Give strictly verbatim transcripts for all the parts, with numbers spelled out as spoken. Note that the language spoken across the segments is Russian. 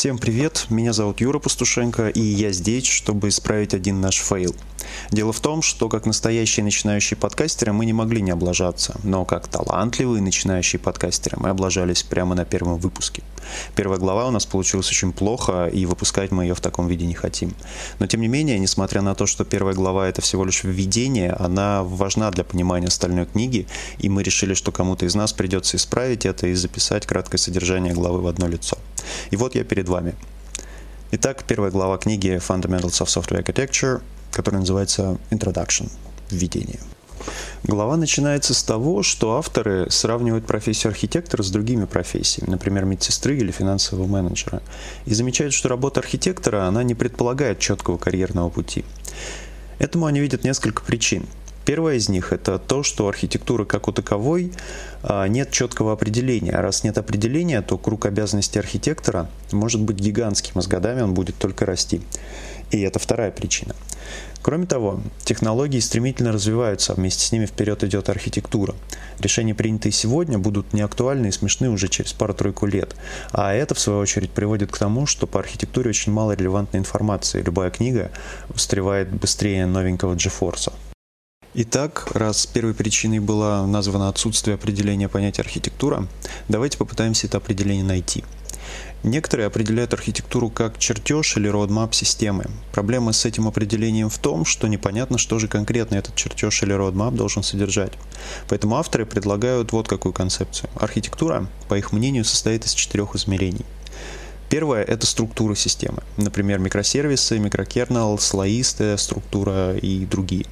Всем привет, меня зовут Юра Пастушенко, и я здесь, чтобы исправить один наш фейл. Дело в том, что как настоящие начинающие подкастеры мы не могли не облажаться, но как талантливые начинающие подкастеры мы облажались прямо на первом выпуске. Первая глава у нас получилась очень плохо, и выпускать мы ее в таком виде не хотим. Но тем не менее, несмотря на то, что первая глава это всего лишь введение, она важна для понимания остальной книги, и мы решили, что кому-то из нас придется исправить это и записать краткое содержание главы в одно лицо. И вот я перед вами. Итак, первая глава книги Fundamentals of Software Architecture, которая называется Introduction, введение. Глава начинается с того, что авторы сравнивают профессию архитектора с другими профессиями, например, медсестры или финансового менеджера, и замечают, что работа архитектора, она не предполагает четкого карьерного пути. Этому они видят несколько причин. Первая из них – это то, что архитектуры как у таковой нет четкого определения. А раз нет определения, то круг обязанностей архитектора может быть гигантским, а с годами он будет только расти. И это вторая причина. Кроме того, технологии стремительно развиваются, а вместе с ними вперед идет архитектура. Решения, принятые сегодня, будут неактуальны и смешны уже через пару-тройку лет. А это, в свою очередь, приводит к тому, что по архитектуре очень мало релевантной информации. Любая книга встревает быстрее новенького GeForce. Итак, раз первой причиной было названо отсутствие определения понятия архитектура, давайте попытаемся это определение найти. Некоторые определяют архитектуру как чертеж или roadmap системы. Проблема с этим определением в том, что непонятно, что же конкретно этот чертеж или roadmap должен содержать. Поэтому авторы предлагают вот какую концепцию. Архитектура, по их мнению, состоит из четырех измерений. Первое – это структура системы. Например, микросервисы, микрокернел, слоистая структура и другие.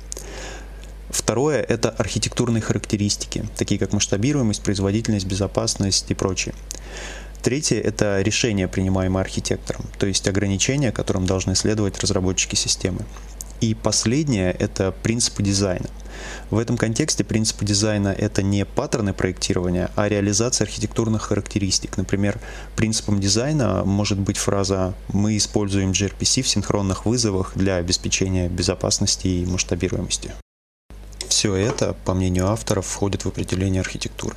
Второе – это архитектурные характеристики, такие как масштабируемость, производительность, безопасность и прочее. Третье – это решения, принимаемые архитектором, то есть ограничения, которым должны следовать разработчики системы. И последнее – это принципы дизайна. В этом контексте принципы дизайна – это не паттерны проектирования, а реализация архитектурных характеристик. Например, принципом дизайна может быть фраза «Мы используем джей ар пи си в синхронных вызовах для обеспечения безопасности и масштабируемости». Все это, по мнению авторов, входит в определение архитектуры.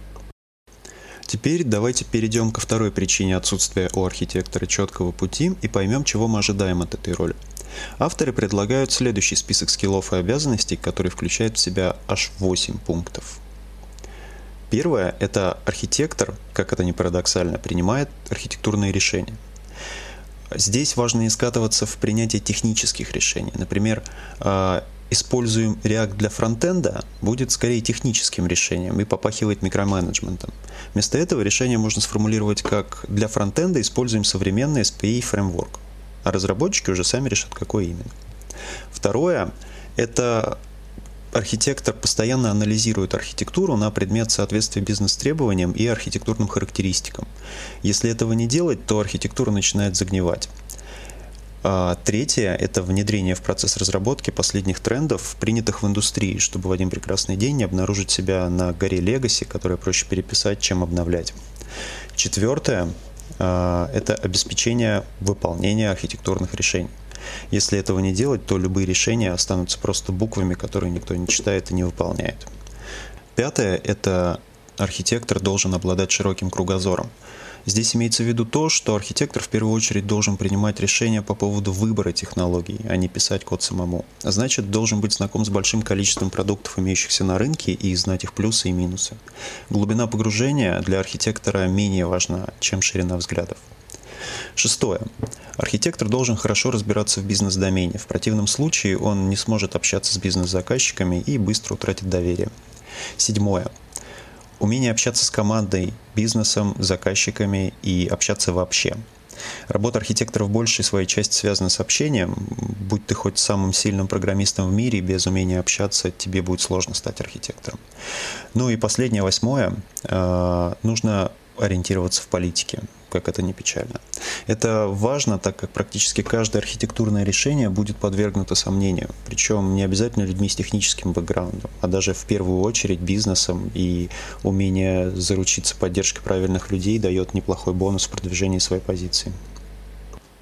Теперь давайте перейдем ко второй причине отсутствия у архитектора четкого пути и поймем, чего мы ожидаем от этой роли. Авторы предлагают следующий список скиллов и обязанностей, который включает в себя аж восемь пунктов. Первое – это архитектор, как это ни парадоксально, принимает архитектурные решения. Здесь важно не скатываться в принятие технических решений. Например, используем React для фронтенда будет скорее техническим решением и попахивает микроменеджментом. Вместо этого решение можно сформулировать как «для фронтенда используем современный эс пи эй фреймворк», а разработчики уже сами решат, какой именно. Второе – это архитектор постоянно анализирует архитектуру на предмет соответствия бизнес-требованиям и архитектурным характеристикам. Если этого не делать, то архитектура начинает загнивать. А третье – это внедрение в процесс разработки последних трендов, принятых в индустрии, чтобы в один прекрасный день не обнаружить себя на горе Legacy, которую проще переписать, чем обновлять. Четвертое – это обеспечение выполнения архитектурных решений. Если этого не делать, то любые решения останутся просто буквами, которые никто не читает и не выполняет. Пятое – это архитектор должен обладать широким кругозором. Здесь имеется в виду то, что архитектор в первую очередь должен принимать решения по поводу выбора технологий, а не писать код самому. А значит, должен быть знаком с большим количеством продуктов, имеющихся на рынке, и знать их плюсы и минусы. Глубина погружения для архитектора менее важна, чем ширина взглядов. Шестое. Архитектор должен хорошо разбираться в бизнес-домене. В противном случае он не сможет общаться с бизнес-заказчиками и быстро утратит доверие. Седьмое. Умение общаться с командой, бизнесом, заказчиками и общаться вообще. Работа архитектора в большей своей части связана с общением. Будь ты хоть самым сильным программистом в мире, без умения общаться тебе будет сложно стать архитектором. Ну и последнее, восьмое. Нужно ориентироваться в политике, как это ни печально. Это важно, так как практически каждое архитектурное решение будет подвергнуто сомнению, причем не обязательно людьми с техническим бэкграундом, а даже в первую очередь бизнесом, и умение заручиться поддержкой правильных людей дает неплохой бонус в продвижении своей позиции.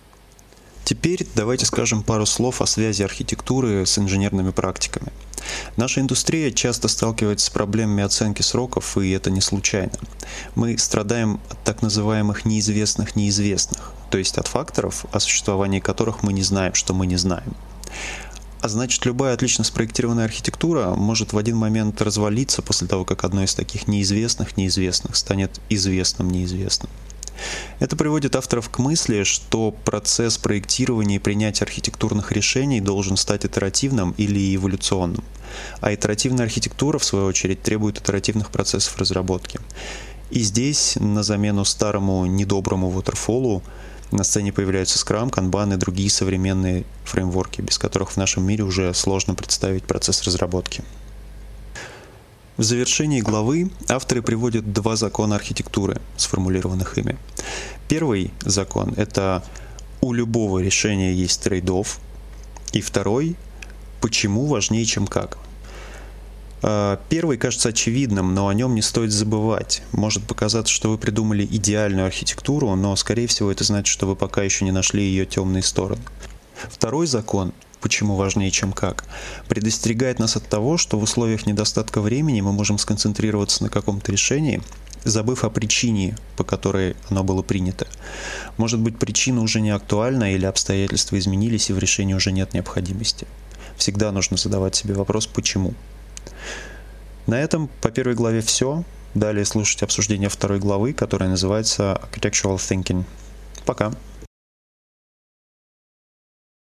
Теперь давайте скажем пару слов о связи архитектуры с инженерными практиками. Наша индустрия часто сталкивается с проблемами оценки сроков, и это не случайно. Мы страдаем от так называемых неизвестных неизвестных, то есть от факторов, о существовании которых мы не знаем, что мы не знаем. А значит, любая отлично спроектированная архитектура может в один момент развалиться после того, как одно из таких неизвестных неизвестных станет известным неизвестным. Это приводит авторов к мысли, что процесс проектирования и принятия архитектурных решений должен стать итеративным или эволюционным. А итеративная архитектура, в свою очередь, требует итеративных процессов разработки. И здесь, на замену старому недоброму waterfall'у, на сцене появляются Scrum, Kanban и другие современные фреймворки, без которых в нашем мире уже сложно представить процесс разработки. В завершении главы авторы приводят два закона архитектуры, сформулированных ими. Первый закон — это «у любого решения есть трейд-офф», и второй — «почему важнее, чем как». Первый кажется очевидным, но о нем не стоит забывать. Может показаться, что вы придумали идеальную архитектуру, но, скорее всего, это значит, что вы пока еще не нашли ее темные стороны. Второй закон, почему важнее, чем как, предостерегает нас от того, что в условиях недостатка времени мы можем сконцентрироваться на каком-то решении, забыв о причине, по которой оно было принято. Может быть, причина уже не актуальна или обстоятельства изменились, и в решении уже нет необходимости. Всегда нужно задавать себе вопрос «почему?». На этом по первой главе все. Далее слушайте обсуждение второй главы, которая называется Architectural Thinking. Пока.